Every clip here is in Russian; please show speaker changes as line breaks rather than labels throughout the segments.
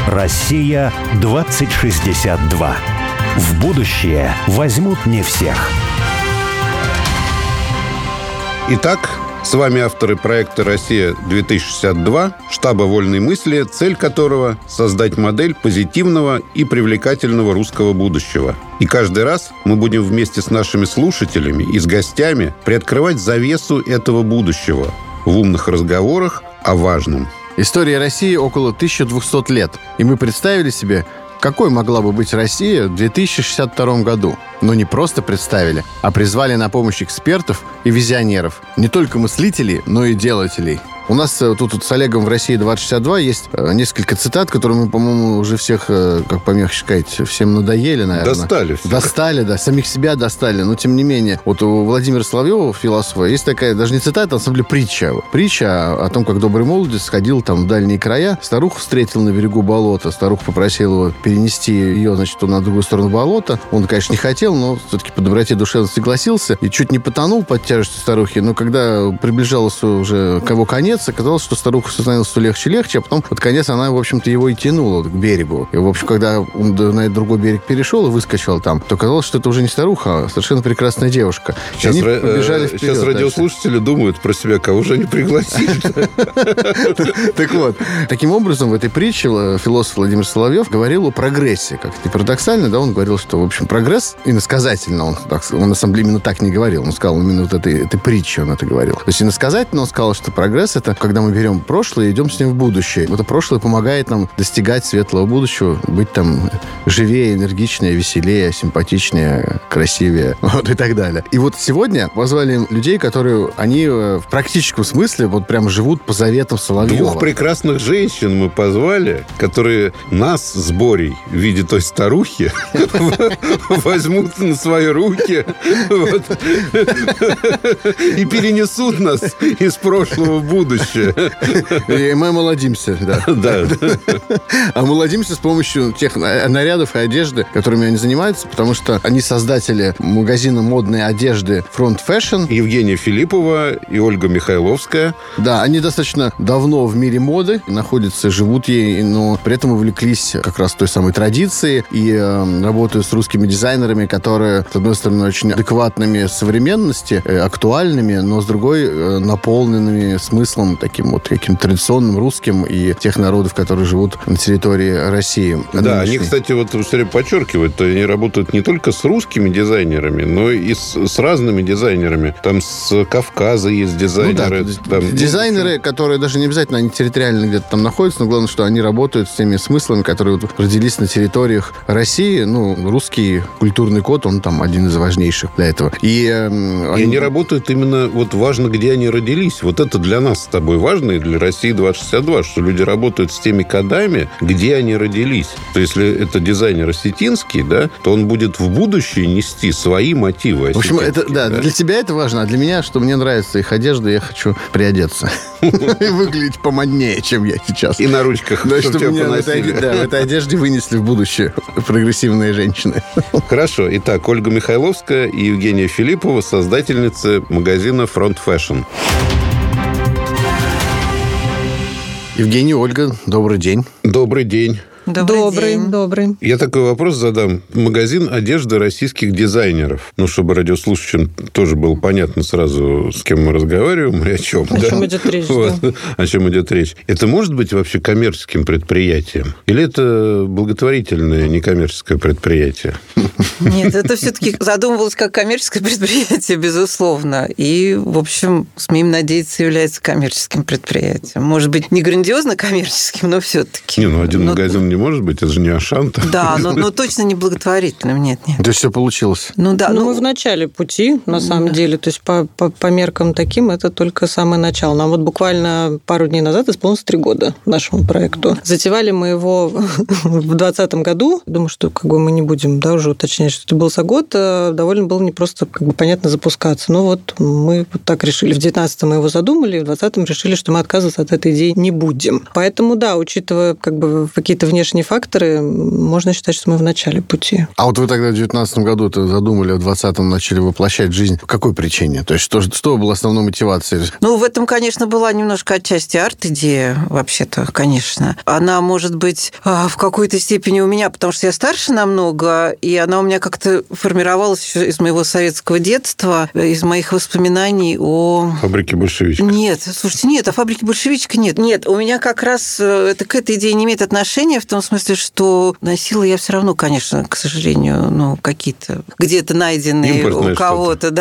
Россия 2062. В будущее возьмут не всех.
Итак, с вами авторы проекта «Россия-2062», штаба «Вольной мысли», цель которого – создать модель позитивного и привлекательного русского будущего. И каждый раз мы будем вместе с нашими слушателями и с гостями приоткрывать завесу этого будущего в умных разговорах о важном.
История России около 1200 лет, и мы представили себе, какой могла бы быть Россия в 2062 году. Но не просто представили, а призвали на помощь экспертов и визионеров. Не только мыслителей, но и делателей. У нас тут с Олегом в России 2062 есть несколько цитат, которые мы, по-моему, уже всех, как помягче сказать, всем надоели, наверное.
Достали всех.
Достали, да, самих себя достали. Но, тем не менее, вот у Владимира Соловьева, философа, есть такая, даже не цитата, а на самом деле притча. Притча о том, как добрый молодец сходил там в дальние края, старуху встретил на берегу болота, старуха попросила его перенести ее, значит, на другую сторону болота. Он, конечно, не хотел, но все-таки по доброте душевно согласился и чуть не потонул под тяжестью старухи. Но когда приближался уже к его конец, оказалось, что старуха становилась все легче и легче, а потом под конец она, в общем-то, его и тянула к берегу. И, в общем, когда он на другой берег перешел и выскочил там, то оказалось, что это уже не старуха, а совершенно прекрасная девушка.
Сейчас, сейчас радиослушатели думают про себя, кого же они пригласили.
Так вот, таким образом, в этой притче философ Владимир Соловьев говорил о прогрессе. Как это парадоксально, да, он говорил, что, в общем, прогресс, иносказательно, он на самом деле именно так не говорил, он сказал именно вот этой притче он это говорил. То есть иносказательно он сказал, что прогресс — это когда мы берем прошлое и идем с ним в будущее. Это прошлое помогает нам достигать светлого будущего, быть там живее, энергичнее, веселее, симпатичнее, красивее, вот и так далее. И вот сегодня позвали людей, которые, они в практическом смысле вот прям живут по заветам Соловьева.
Двух прекрасных женщин мы позвали, которые нас с Борей в виде той старухи возьмут на свои руки и перенесут нас из прошлого в будущее.
И мы молодимся, да.
Да.
А молодимся с помощью тех нарядов и одежды, которыми они занимаются, потому что они создатели магазина модной одежды Front Fashion.
Евгения Филиппова и Ольга Михайловская.
Да, они достаточно давно в мире моды находятся, живут ей, но при этом увлеклись как раз той самой традицией и работают с русскими дизайнерами, которые, с одной стороны, очень адекватными современности, актуальными, но с другой наполненными смыслом таким вот каким-то традиционным русским и тех народов, которые живут на территории России.
Да, они, кстати, вот все время подчеркивают, что они работают не только с русскими дизайнерами, но и с разными дизайнерами. Там с Кавказа есть дизайнеры.
Ну, да, там, дизайнеры, которые даже не обязательно они территориально где-то там находятся, но главное, что они работают с теми смыслами, которые вот родились на территориях России. Ну, русский культурный код, он там один из важнейших для этого. И
они работают именно, вот важно, где они родились. Вот это для нас с тобой важно, и для России 2062, что люди работают с теми кодами, где они родились. То есть, если это дизайнер осетинский, да, то он будет в будущее нести свои мотивы.
В общем, это, да, для тебя это важно, а для меня, что мне нравится их одежда, я хочу приодеться. И выглядеть помоднее, чем я сейчас.
И на ручках,
чтобы меня в этой одежде вынесли в будущее прогрессивные женщины.
Хорошо. Итак, Ольга Михайловская и Евгения Филиппова, создательницы магазина Front Fashion.
Евгения, Ольга, добрый день.
Добрый день.
Добрый.
Я такой вопрос задам. Магазин одежды российских дизайнеров. Ну, чтобы радиослушателям тоже было понятно сразу, с кем мы разговариваем и о чем.
О чем идет речь.
Вот. Да. О чем идет речь. Это может быть вообще коммерческим предприятием? Или это благотворительное некоммерческое предприятие?
Нет, это все-таки задумывалось как коммерческое предприятие, безусловно. И, в общем, смеем надеяться, является коммерческим предприятием. Может быть, не грандиозно коммерческим, но все-таки.
Один магазин не может быть, это же не Ашанта.
Да, но точно не благотворительным, нет.
То есть все получилось?
Мы в начале пути, на самом деле. То есть по меркам таким это только самое начало. Нам вот буквально пару дней назад исполнилось 3 года нашему проекту. Затевали мы его в 2020 году. Думаю, что мы не будем уже уточнять, что это был за год. Довольно было непросто, понятно, запускаться. Но вот мы вот так решили. В 2019 мы его задумали, в 2020 решили, что мы отказываться от этой идеи не будем. Поэтому, да, учитывая какие-то внешние внешние факторы, можно считать, что мы в начале пути.
А вот вы тогда в 2019 году это задумали, в 2020 начали воплощать жизнь. По какой причине? То есть что было основной мотивацией?
Ну, в этом, конечно, была немножко отчасти арт-идея, вообще-то, конечно. Она, может быть, в какой-то степени у меня, потому что я старше намного, и она у меня как-то формировалась еще из моего советского детства, из моих воспоминаний о...
Фабрике большевичка.
Нет, слушайте, нет, о фабрике большевичка нет. Нет, у меня как раз это к этой идее не имеет отношения, в том смысле, что носила я все равно, конечно, к сожалению, какие-то где-то найденные
импортное
у кого-то,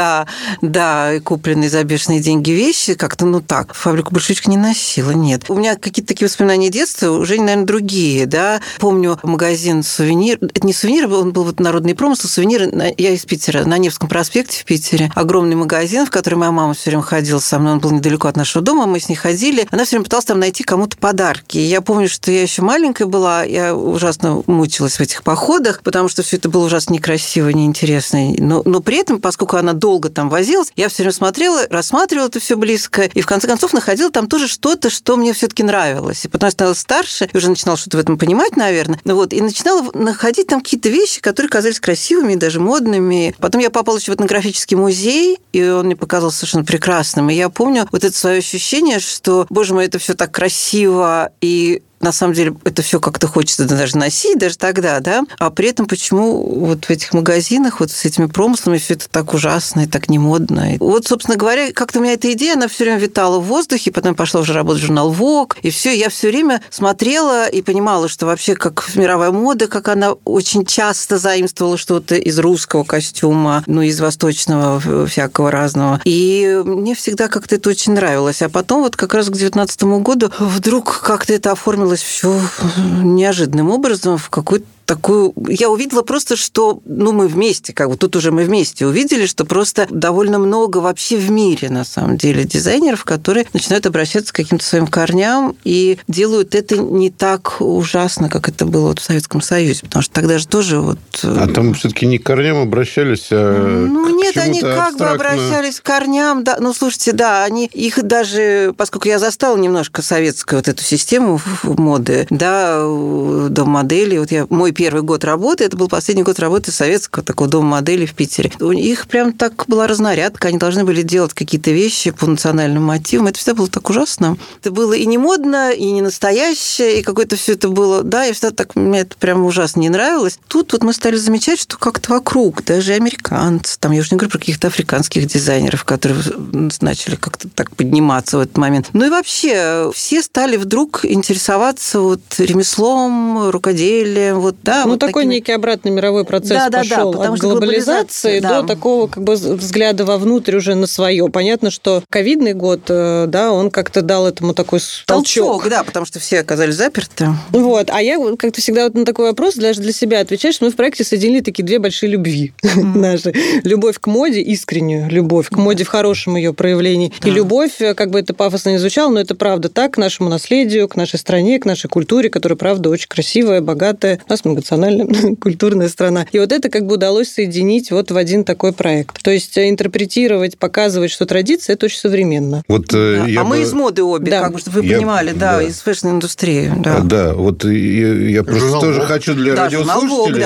да, и купленные за бешеные деньги вещи, как-то, так, фабрику большевичка не носила, нет. У меня какие-то такие воспоминания детства, уже, наверное, другие, да. Помню магазин «Сувенир», это не «Сувенир», он был «Народный промысел», «Сувениры», я из Питера, на Невском проспекте в Питере, огромный магазин, в который моя мама все время ходила со мной, он был недалеко от нашего дома, мы с ней ходили, она все время пыталась там найти кому-то подарки. И я помню, что я еще маленькая была, я ужасно мучилась в этих походах, потому что все это было ужасно некрасиво, неинтересно. Но при этом, поскольку она долго там возилась, я все время смотрела, рассматривала это все близко, и в конце концов находила там тоже что-то, что мне все-таки нравилось. И потом я стала старше, и уже начинала что-то в этом понимать, наверное. И начинала находить там какие-то вещи, которые казались красивыми, даже модными. Потом я попала еще в этнографический музей, и он мне показался совершенно прекрасным. И я помню вот это свое ощущение, что, боже мой, это все так красиво, и на самом деле это все как-то хочется даже носить, даже тогда, да, а при этом почему вот в этих магазинах вот с этими промыслами все это так ужасно и так немодно. Вот, собственно говоря, как-то у меня эта идея, она все время витала в воздухе, потом пошла уже работать в журнал Vogue, и все, я все время смотрела и понимала, что вообще как мировая мода, как она очень часто заимствовала что-то из русского костюма, из восточного всякого разного. И мне всегда как-то это очень нравилось. А потом вот как раз к 2019 году вдруг как-то это оформилось все неожиданным образом в какой-то такую... Я увидела просто, что мы вместе, тут уже мы вместе увидели, что просто довольно много вообще в мире, на самом деле, дизайнеров, которые начинают обращаться к каким-то своим корням и делают это не так ужасно, как это было в Советском Союзе, потому что тогда же тоже
А там все-таки не к корням обращались, а
нет, они
как
бы обращались к корням, да. Слушайте, да, они их даже... Поскольку я застала немножко советскую эту систему моды, да, дом модели, мой первый год работы, это был последний год работы советского такого дома моделей в Питере. У них прям так была разнарядка, они должны были делать какие-то вещи по национальным мотивам. Это всегда было так ужасно. Это было и не модно, и не настоящее, и какое-то все это было... Да, и всегда так... Мне это прям ужасно не нравилось. Тут мы стали замечать, что как-то вокруг, даже американцы, там, я уж не говорю про каких-то африканских дизайнеров, которые начали как-то так подниматься в этот момент. И вообще, все стали вдруг интересоваться ремеслом, рукоделием, да,
такой некий обратный мировой процесс пошел от глобализации до такого взгляда вовнутрь уже на свое. Понятно, что ковидный год, он как-то дал этому такой толчок.
Да, потому что все оказались заперты.
А я как-то всегда на такой вопрос даже для себя отвечаю, что мы в проекте соединили такие две большие любви наши. Любовь к моде, искреннюю любовь к моде в хорошем ее проявлении. И любовь, как бы это пафосно не звучало, но это правда так, к нашему наследию, к нашей стране, к нашей культуре, которая, правда, очень красивая, богатая. У нас многонациональная, культурная страна. И это удалось соединить в один такой проект. То есть интерпретировать, показывать, что традиция – это очень современно.
Мы из моды обе, чтобы вы понимали, из фэшн-индустрии.
Да, я просто тоже хочу для радиослушателей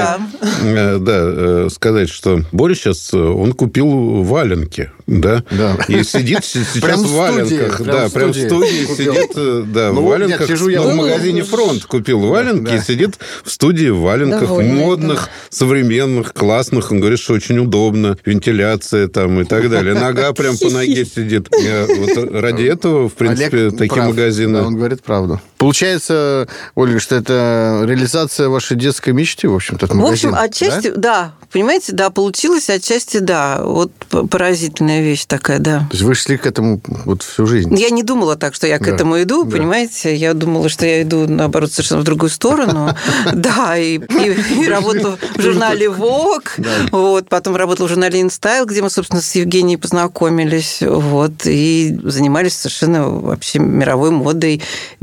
сказать, что Боря сейчас, он купил валенки, и сидит сейчас в валенках. Прям в студии сидит, в валенках. В магазине «Фронт» купил валенки и сидит в студии в валенках, модных, современных, классных. Он говорит, что очень удобно, вентиляция там и так далее. Нога прям по ноге сидит. Ради этого, в принципе, такие магазины...
Да, он говорит правду. Получается, Ольга, что это реализация вашей детской мечты, в общем-то, этот магазин.
В общем, отчасти, да. Понимаете, получилось, отчасти, да. Поразительная вещь такая, да.
То есть вы шли к этому всю жизнь?
Я не думала так, что я к этому иду, понимаете. Я думала, что я иду, наоборот, совершенно в другую сторону. Да, и работала в журнале Vogue, потом работала в журнале InStyle, где мы, собственно, с Евгенией познакомились, и занимались совершенно вообще мировой модой, делали съемки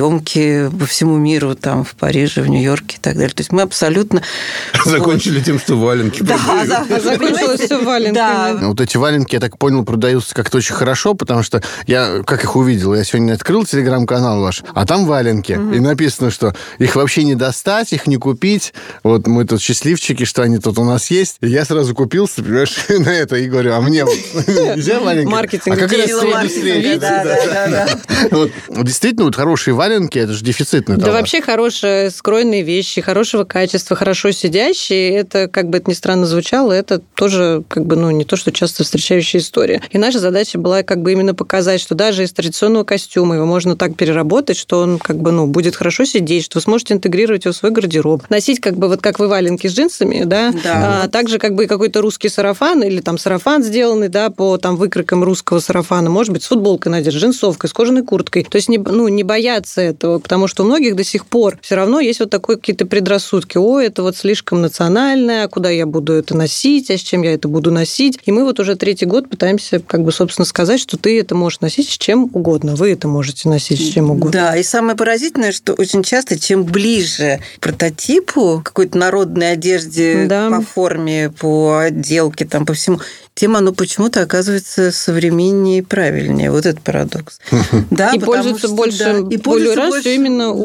съемки по всему миру, там, в Париже, в Нью-Йорке и так далее. То есть мы абсолютно...
Закончили тем, что валенки продают.
Закончилось все валенками.
Да.
Вот эти валенки, я так понял, продаются как-то очень хорошо, потому что я, как их увидел, я сегодня открыл телеграм-канал ваш, а там валенки. И написано, что их вообще не достать, их не купить. Вот мы тут счастливчики, что они тут у нас есть. И я сразу купился, понимаешь, на это и говорю, а мне вот нельзя валенки?
Маркетинг.
А как раз
Маркетинг, да.
Вот. Действительно, вот хорошие валенки, это же дефицитный товар.
Да вообще хорошие скроенные вещи, хорошего качества, хорошо сидящие, это, как бы это ни странно звучало, это тоже как бы, не то, что часто встречающая история. И наша задача была как бы именно показать, что даже из традиционного костюма его можно так переработать, что он как бы, будет хорошо сидеть, что вы сможете интегрировать его в свой гардероб. Носить как бы вот как вы валенки с джинсами, да, а также как бы какой-то русский сарафан или там сарафан сделанный, да, по там выкройкам русского сарафана, может быть, с футболкой надеть, с джинсовкой, с кожаной курткой. То есть не бояться этого, потому что у многих до сих пор все равно есть вот такой какие-то предрассудки. Это вот слишком национальное, а куда я буду это носить, а с чем я это буду носить. И мы вот уже 3-й год пытаемся как бы, собственно, сказать, что ты это можешь носить с чем угодно. Вы это можете носить с чем угодно.
Да, и самое поразительное, что очень часто, чем ближе к прототипу, какой-то народной одежде по форме, по отделке, там, по всему, тем оно почему-то оказывается современнее и правильнее. Вот это парадокс.
И пользуется больше популярностью именно у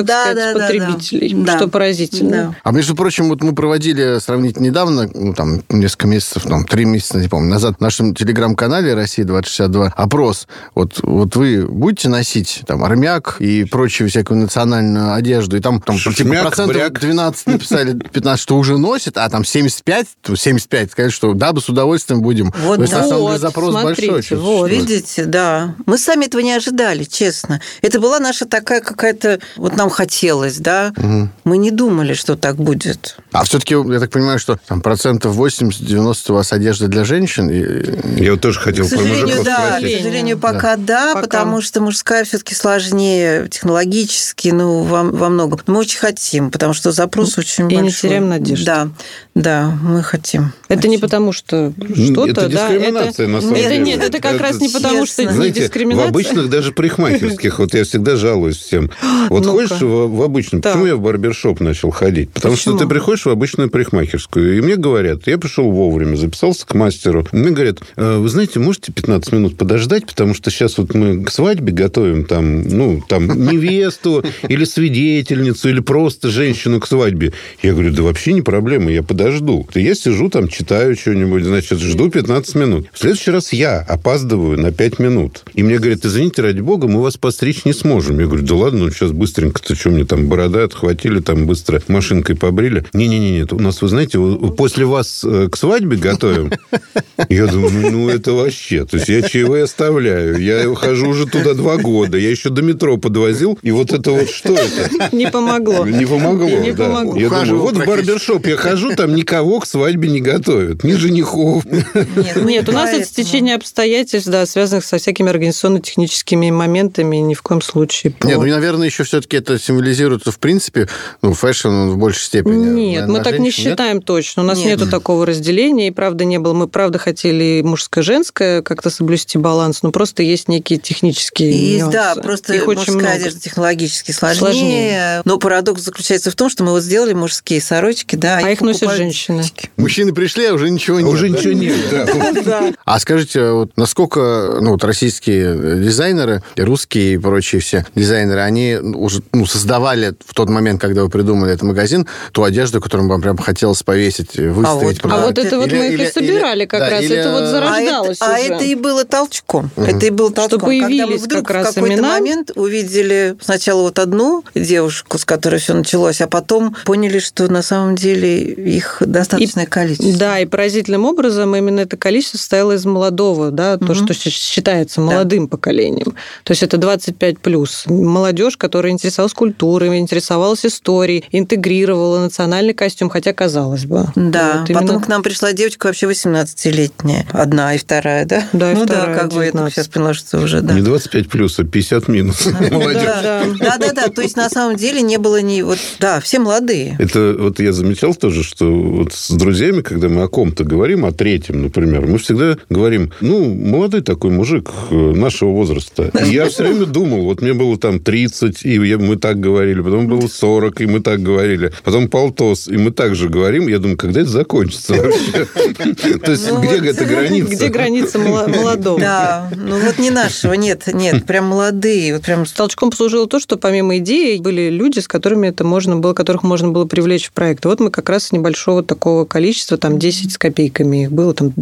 потребителей, что поразительно.
А между прочим, вот мы проводили сравнительно недавно, там, несколько месяцев, 3 месяца, не помню, назад в нашем телеграм-канале «Россия-2062» опрос. Вот вы будете носить там армяк и прочую всякую национальную одежду, и там процентов 12 написали, 15, что уже носят, а там 75 сказали, что да, бы с удовольствием будем.
Вот,
то есть, на самом деле, запрос большой.
Видите, да. Мы сами этого не ожидали, честно. Это была наша такая какая-то... Вот нам хотелось, да. Мы не думали, что так будет.
А все-таки, я так понимаю, что там 80-90% у вас одежда для женщин.
Я вот тоже хотел про мужиков спросить.
К сожалению, пока потому что мужская все-таки сложнее технологически, во многом. Мы очень хотим, потому что запрос очень большой.
И не теряем надежды.
Да, мы хотим.
Это не потому, что что-то...
Это дискриминация, на самом деле.
Нет, это как раз не потому, что это не дискриминация.
В обычных даже парикмахерских, вот я всегда жалуюсь всем. Вот ходишь в обычную... Почему я в барбершоп начал ходить? Потому что ты приходишь в обычную парикмахерскую, и мне говорят, я пришел вовремя, записался к мастеру. Мне говорят, вы знаете, можете 15 минут подождать, потому что сейчас вот мы к свадьбе готовим там невесту или свидетельницу, или просто женщину к свадьбе. Я говорю, да вообще не проблема, я подожду. Я сижу там, читаю что-нибудь, значит, жду 15 минут. В следующий раз я опаздываю на 5 минут. И мне говорят, извините, ради бога, мы вас постричь не сможем. Я говорю, да ладно, сейчас быстренько-то, что мне там борода отхватили, там быстро машинкой побрили. Не-не-не, у нас, вы знаете, после вас к свадьбе готовим. Я думаю, это вообще. То есть я чаевые оставляю. Я хожу уже туда 2 года. Я еще до метро подвозил. И вот это вот что это?
Не помогло.
Не помогло, да. Я думаю, вот в барбершоп я хожу, там никого к свадьбе не готовят. Ни женихов.
Нет, у нас это стечение обстоятельств, связанных со всякими организационно-техническими моментами, ни в коем случае.
Нет, наверное, еще все-таки это символизируется, в принципе, фэшн в большей степени.
Нет, мы так не считаем точно. У нас нету такого разделения, и правда не было. Мы правда хотели мужское-женское как-то соблюсти баланс, но просто есть некие технические нюансы.
Да, просто мужская одежда технологически сложнее. Но парадокс заключается в том, что мы вот сделали мужские сорочки, да,
а их носят женщины.
Мужчины пришли, а уже ничего нет.
Уже ничего нет, да.
А скажите, вот насколько российские дизайнеры, и русские, и прочие все дизайнеры, они уже создавали в тот момент, когда вы придумали этот магазин, ту одежду, которую вам прям хотелось повесить, выставить, продать?
А вот это вот мы их и собирали как раз. Это вот зарождалось уже.
А это и было толчком. Это и было толчком.
Что появились
когда мы вдруг
как раз
в какой-то
имена.
момент увидели сначала вот одну девушку, с которой все началось, а потом поняли, что на самом деле их достаточное количество.
Да, и поразительным образом именно это количество состояло из молодого, то, что считается молодым поколением. То есть это 25+. Молодежь, которая интересовалась культурой, интересовалась историей, интегрировала национальный костюм, хотя казалось бы.
Да, вот потом к нам пришла девочка вообще 18-летняя. Одна и вторая, да?
Да, и вторая,
как бы это сейчас поняла, что уже, да.
Не 25+, а 50-. Молодежь.
Да. То есть на самом деле не было все молодые.
Это вот я замечал тоже, что вот с друзьями, когда мы мы о ком-то говорим, о третьем, например, мы всегда говорим, молодой такой мужик нашего возраста. И я все время думал, вот мне было там 30, и мы так говорили, потом было 40, и мы так говорили, потом полтос, и мы так же говорим. Я думаю, когда это закончится вообще? То есть, где эта граница?
Где граница молодого?
Да, не нашего, нет, прям молодые. Вот прям...
Толчком послужило то, что помимо идеи были люди, с которыми которых можно было привлечь в проект. Вот мы как раз с небольшого такого количества, там 10 с копейками, их было там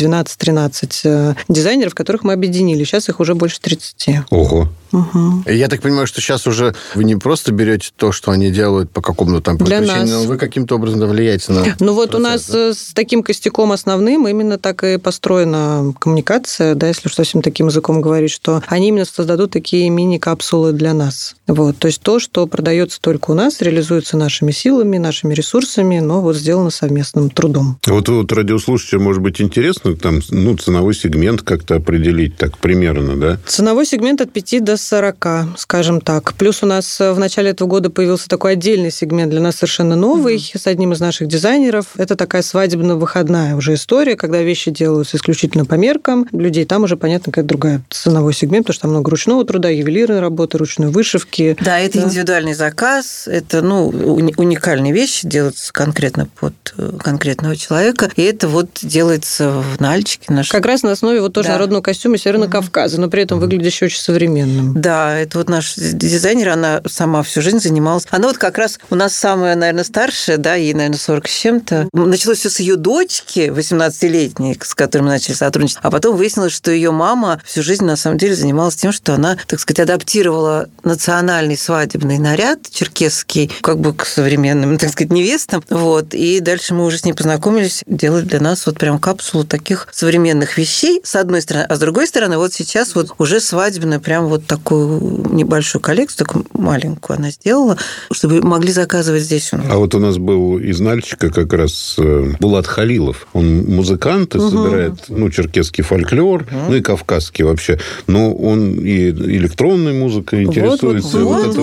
12-13 дизайнеров, которых мы объединили. Сейчас их уже больше 30.
Ого.
Угу. Я так понимаю, что сейчас уже вы не просто берете то, что они делают по какому-то там предпочтению, но вы каким-то образом влияете на процесс,
у нас с таким костяком основным именно так и построена коммуникация, да, если совсем таким языком говорить, что они именно создадут такие мини-капсулы для нас. Вот. То есть то, что продается только у нас, реализуется нашими силами, нашими ресурсами, но сделано совместным трудом.
Вот радиослушателям, может быть, интересно, там, ценовой сегмент как-то определить так примерно, да?
Ценовой сегмент от 5 до 40, скажем так. Плюс у нас в начале этого года появился такой отдельный сегмент, для нас совершенно новый, с одним из наших дизайнеров. Это такая свадебно-выходная уже история, когда вещи делаются исключительно по меркам людей. Там уже, понятно, какая-то другая ценовой сегмент, потому что там много ручного труда, ювелирной работы, ручной вышивки.
Да, это индивидуальный заказ, это уникальные вещи, делаются конкретно под конкретного человека, и это делается в Нальчике.
Как раз на основе тоже народного костюма Северного Кавказа, но при этом выглядящий очень современным.
Да, это наш дизайнер, она сама всю жизнь занималась. Она как раз у нас самая, наверное, старшая, да, ей, наверное, 40 с чем-то. Началось все с ее дочки, 18-летней, с которой мы начали сотрудничать, а потом выяснилось, что ее мама всю жизнь, на самом деле, занималась тем, что она, так сказать, адаптировала национальный свадебный наряд черкесский к современным, так сказать, невестам. И дальше мы уже с ней познакомились, делали для нас прям капсулу таких современных вещей, с одной стороны, а с другой стороны, сейчас уже свадебную прям такую небольшую коллекцию, такую маленькую она сделала, чтобы могли заказывать здесь у нас.
А у нас был из Нальчика как раз Булат Халилов. Он музыкант и собирает, черкесский фольклор, и кавказский вообще. Но он и электронной музыкой интересуется.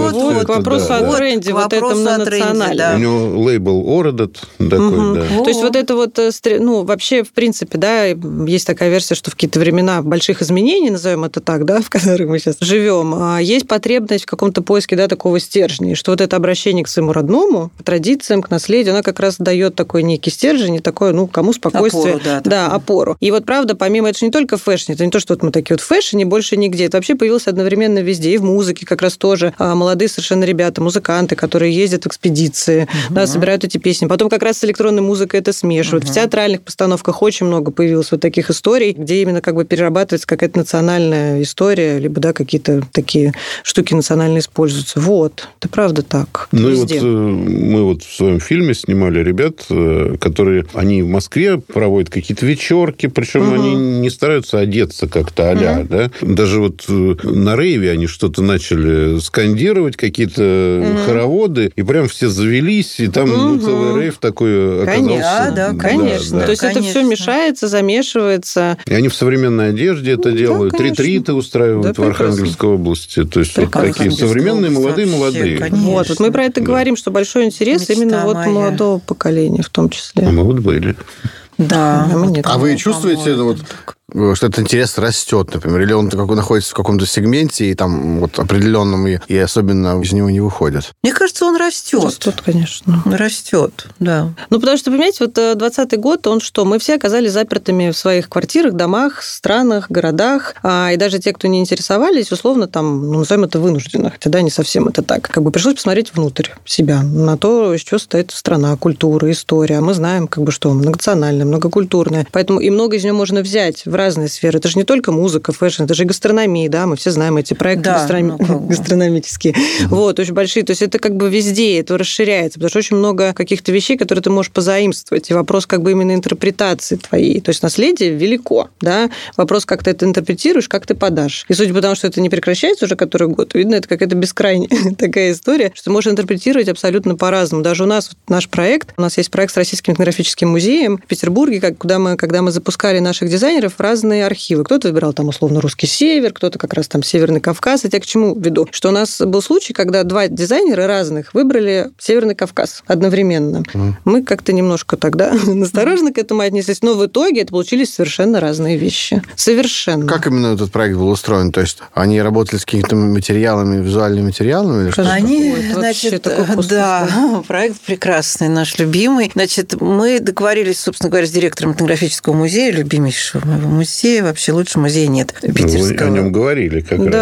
Вопрос о тренде, этом на национальном.
Да. У него лейбл Ородот такой, да.
То есть вообще, в принципе, да, есть такая версия, что в какие-то времена больших изменений, назовем это так, да, в которых мы сейчас живем, есть потребность в каком-то поиске, да, такого стержня, что это обращение к своему родному, к традициям, к наследию, она как раз дает такой некий стержень, и такое, кому спокойствие.
Опору,
опору. И правда, помимо, это же не только фэшн, это не то, что мы такие в фэшне, больше нигде, это вообще появилось одновременно везде, и в музыке как раз тоже молодые совершенно ребята, музыканты, которые ездят в экспедиции, да, собирают эти песни. Потом как раз с электронной музыкой это смешивают. В театральных постановках очень много появилось таких историй, где именно перерабатывается какая-то национальная история, либо, да, какие-то такие штуки национальные используются. Это правда так.
И мы в своем фильме снимали ребят, которые, они в Москве проводят какие-то вечерки, причем они не стараются одеться как-то а-ля, да. Даже на рейве они что-то начали скандировать, какие-то хороводы, и прям все завелись, и там целый рейв такой оказался.
Да,
конечно.
Да.
То есть это все мешается, замешивается.
И они в современной одежде это делают, ретриты устраивают в Архангельской области. То есть такие современные молодые.
Мы про это говорим, что большой интерес именно молодого поколения в том числе.
Мы были.
Да.
А вы чувствуете, что этот интерес растет, например, или он находится в каком-то сегменте и там определенном, и особенно из него не выходит?
Мне кажется, он растет.
Растет, конечно.
Растет, да.
Потому что, понимаете, 20-й год, мы все оказались запертыми в своих квартирах, домах, странах, городах, и даже те, кто не интересовались, условно, назовем это вынужденно, хотя, не совсем это так. Пришлось посмотреть внутрь себя, на то, из чего состоит страна, культура, история. Мы знаем, что многонациональная, многокультурная, поэтому и много из нее можно взять в разные сферы. Это же не только музыка, фэшн, это же и гастрономия, да, мы все знаем эти проекты гастрономические. Очень большие. То есть это везде, это расширяется, потому что очень много каких-то вещей, которые ты можешь позаимствовать. И вопрос именно интерпретации твоей. То есть наследие велико, да. Вопрос, как ты это интерпретируешь, как ты подашь. И судя по тому, что это не прекращается уже который год, видно, это какая-то бескрайняя такая история, что ты можешь интерпретировать абсолютно по-разному. Даже у нас наш проект, у нас есть проект с Российским этнографическим музеем в Петербурге, когда мы запускали наших дизайнеров, разные архивы. Кто-то выбирал там условно русский север, кто-то как раз там Северный Кавказ. Я к чему веду? Что у нас был случай, когда 2 дизайнера разных выбрали Северный Кавказ одновременно. Мы как-то немножко тогда настороженно к этому отнеслись, но в итоге это получились совершенно разные вещи. Совершенно.
Как именно этот проект был устроен? То есть они работали с какими-то материалами, визуальными материалами? Или что?
Они, значит, да, проект прекрасный, наш любимый. Значит, мы договорились, собственно говоря, с директором этнографического музея, любимейшего моего музея, вообще лучше музея нет питерского.
Вы о нем говорили как раз.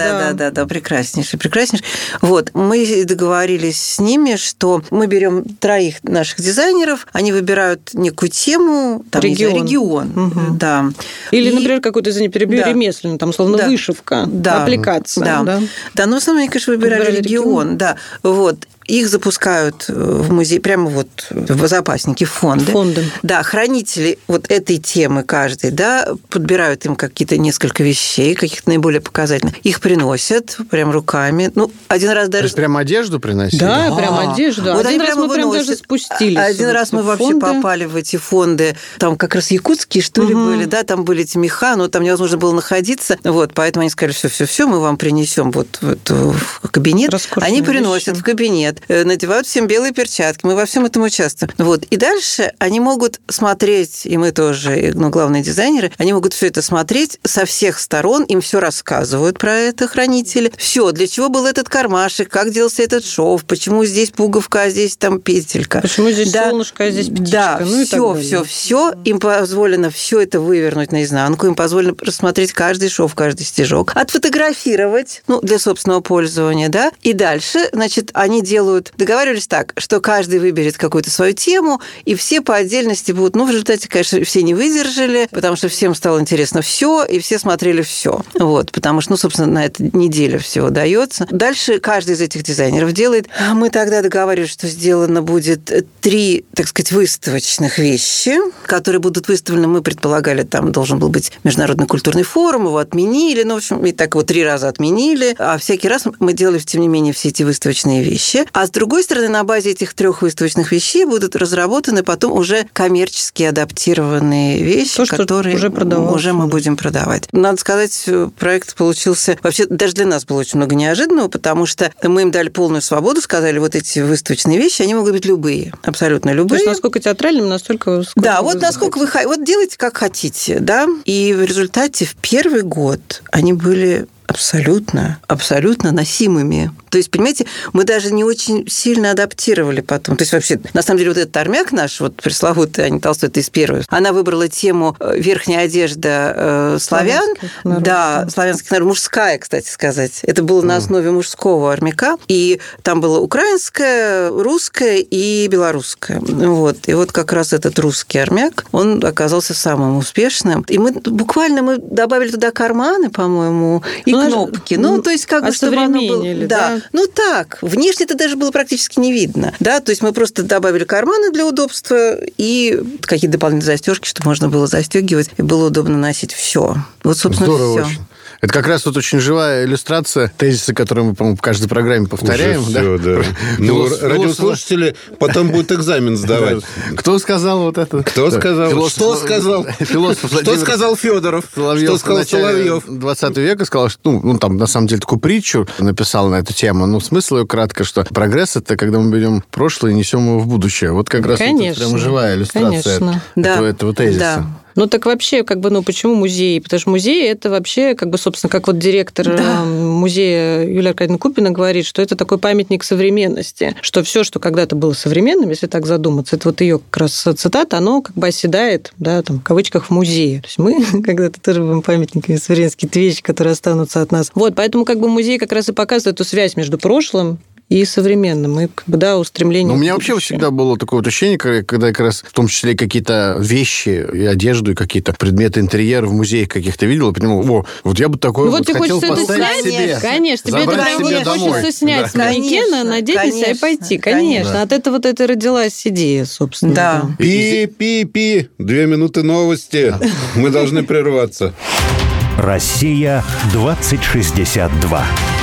Да, прекраснейший. Вот, мы договорились с ними, что мы берем 3 наших дизайнеров, они выбирают некую тему, там, регион.
Угу.
Да.
Или, например, какой-то, извини, перебью, ремесленный, там, условно, вышивка, аппликация.
Да, но в основном, они, конечно, выбирали регион. Да, вот. Их запускают в музей, прямо вот в запасники, в фонды. Да, хранители вот этой темы каждый, да, подбирают им какие-то несколько вещей, каких-то наиболее показательных. Их приносят прям руками. Ну, один раз даже...
То есть прям одежду приносили?
Да, прям одежду.
Вот
один раз мы прям даже спустились.
Один раз мы вообще попали в эти фонды. Там как раз якутские, что ли, были, да, там были эти меха, но там невозможно было находиться. Вот, поэтому они сказали, все, мы вам принесем вот в кабинет.
Роскошные
они приносят
вещи.
В кабинет, надевают всем белые перчатки, мы во всем этом участвуем. Вот. И дальше они могут смотреть, и мы тоже, но главные дизайнеры, они могут все это смотреть со всех сторон, им все рассказывают про это хранители. Все, для чего был этот кармашек, как делался этот шов, почему здесь пуговка, а здесь там петелька.
Почему здесь солнышко, а здесь птичка.
Да, все. Им позволено все это вывернуть наизнанку, им позволено рассмотреть каждый шов, каждый стежок, отфотографировать, для собственного пользования, да. И дальше, значит, они договаривались так, что каждый выберет какую-то свою тему, и все по отдельности будут... в результате, конечно, все не выдержали, потому что всем стало интересно все, и все смотрели все. Вот, потому что, собственно, на этой неделе всего дается. Дальше каждый из этих дизайнеров делает... Мы тогда договаривались, что сделано будет 3, так сказать, выставочных вещи, которые будут выставлены. Мы предполагали, там должен был быть международный культурный форум, его отменили, в общем, и так 3 раза отменили, а всякий раз мы делали, тем не менее, все эти выставочные вещи. А с другой стороны, на базе этих 3 выставочных вещей будут разработаны потом уже коммерчески адаптированные вещи, которые уже мы будем продавать. Надо сказать, проект получился... Вообще, даже для нас было очень много неожиданного, потому что мы им дали полную свободу, сказали, вот эти выставочные вещи, они могут быть любые, абсолютно любые.
То есть, насколько театральным, настолько...
Да, вот насколько вы... Вот делайте, как хотите, да. И в результате в первый год они были... абсолютно носимыми. То есть, понимаете, мы даже не очень сильно адаптировали потом. То есть, вообще, на самом деле, вот этот армяк наш, вот пресловутый Аня Толстой, это из первых, она выбрала тему верхняя одежда славян. Славянских народов. Мужская, кстати сказать. Это было на основе мужского армяка. И там было украинское, русское и белорусское. Вот. И вот как раз этот русский армяк, он оказался самым успешным. И мы добавили туда карманы, по-моему, и кнопки. То есть, как бы, чтобы оно было... Да. Так. Внешне это даже было практически не видно. Да, то есть мы просто добавили карманы для удобства и какие-то дополнительные застежки, чтобы можно было застегивать и было удобно носить все. Вот, собственно,
здорово
все.
Очень. Это как раз очень живая иллюстрация тезиса, который мы, по-моему, в каждой программе повторяем.
Уже все, да. Радиослушатели потом будут экзамен сдавать.
Кто сказал вот это?
Кто сказал? Что сказал? Что сказал Федоров? Что сказал Соловьев?
20 века сказал, что, там, на самом деле, такую притчу написал на эту тему. Смысл ее кратко, что прогресс – это когда мы берем прошлое и несем его в будущее. Вот как раз прям живая иллюстрация этого тезиса.
Так вообще, почему музей? Потому что музей – это вообще, собственно, как вот директор музея Юлия Аркадьевна Купина говорит, что это такой памятник современности, что все, что когда-то было современным, если так задуматься, это вот ее как раз цитата, оно оседает, в кавычках, в музее. То есть мы когда-то тоже будем памятниками современности, какие-то вещи, которые останутся от нас. Вот, поэтому музей как раз и показывает эту связь между прошлым и современным, и устремление.
У меня вообще всегда было такое ощущение, когда как раз в том числе какие-то вещи и одежду, и какие-то предметы интерьера в музеях каких-то видел, и понимал, вот я бы такое хотел поставить себе.
Конечно, тебе это прям хочется снять с манекена, надеть на себя и пойти. Конечно. От этого и родилась идея, собственно.
Да.
Пи-пи-пи. 2 минуты новости. Мы должны прерваться.
Россия 2062.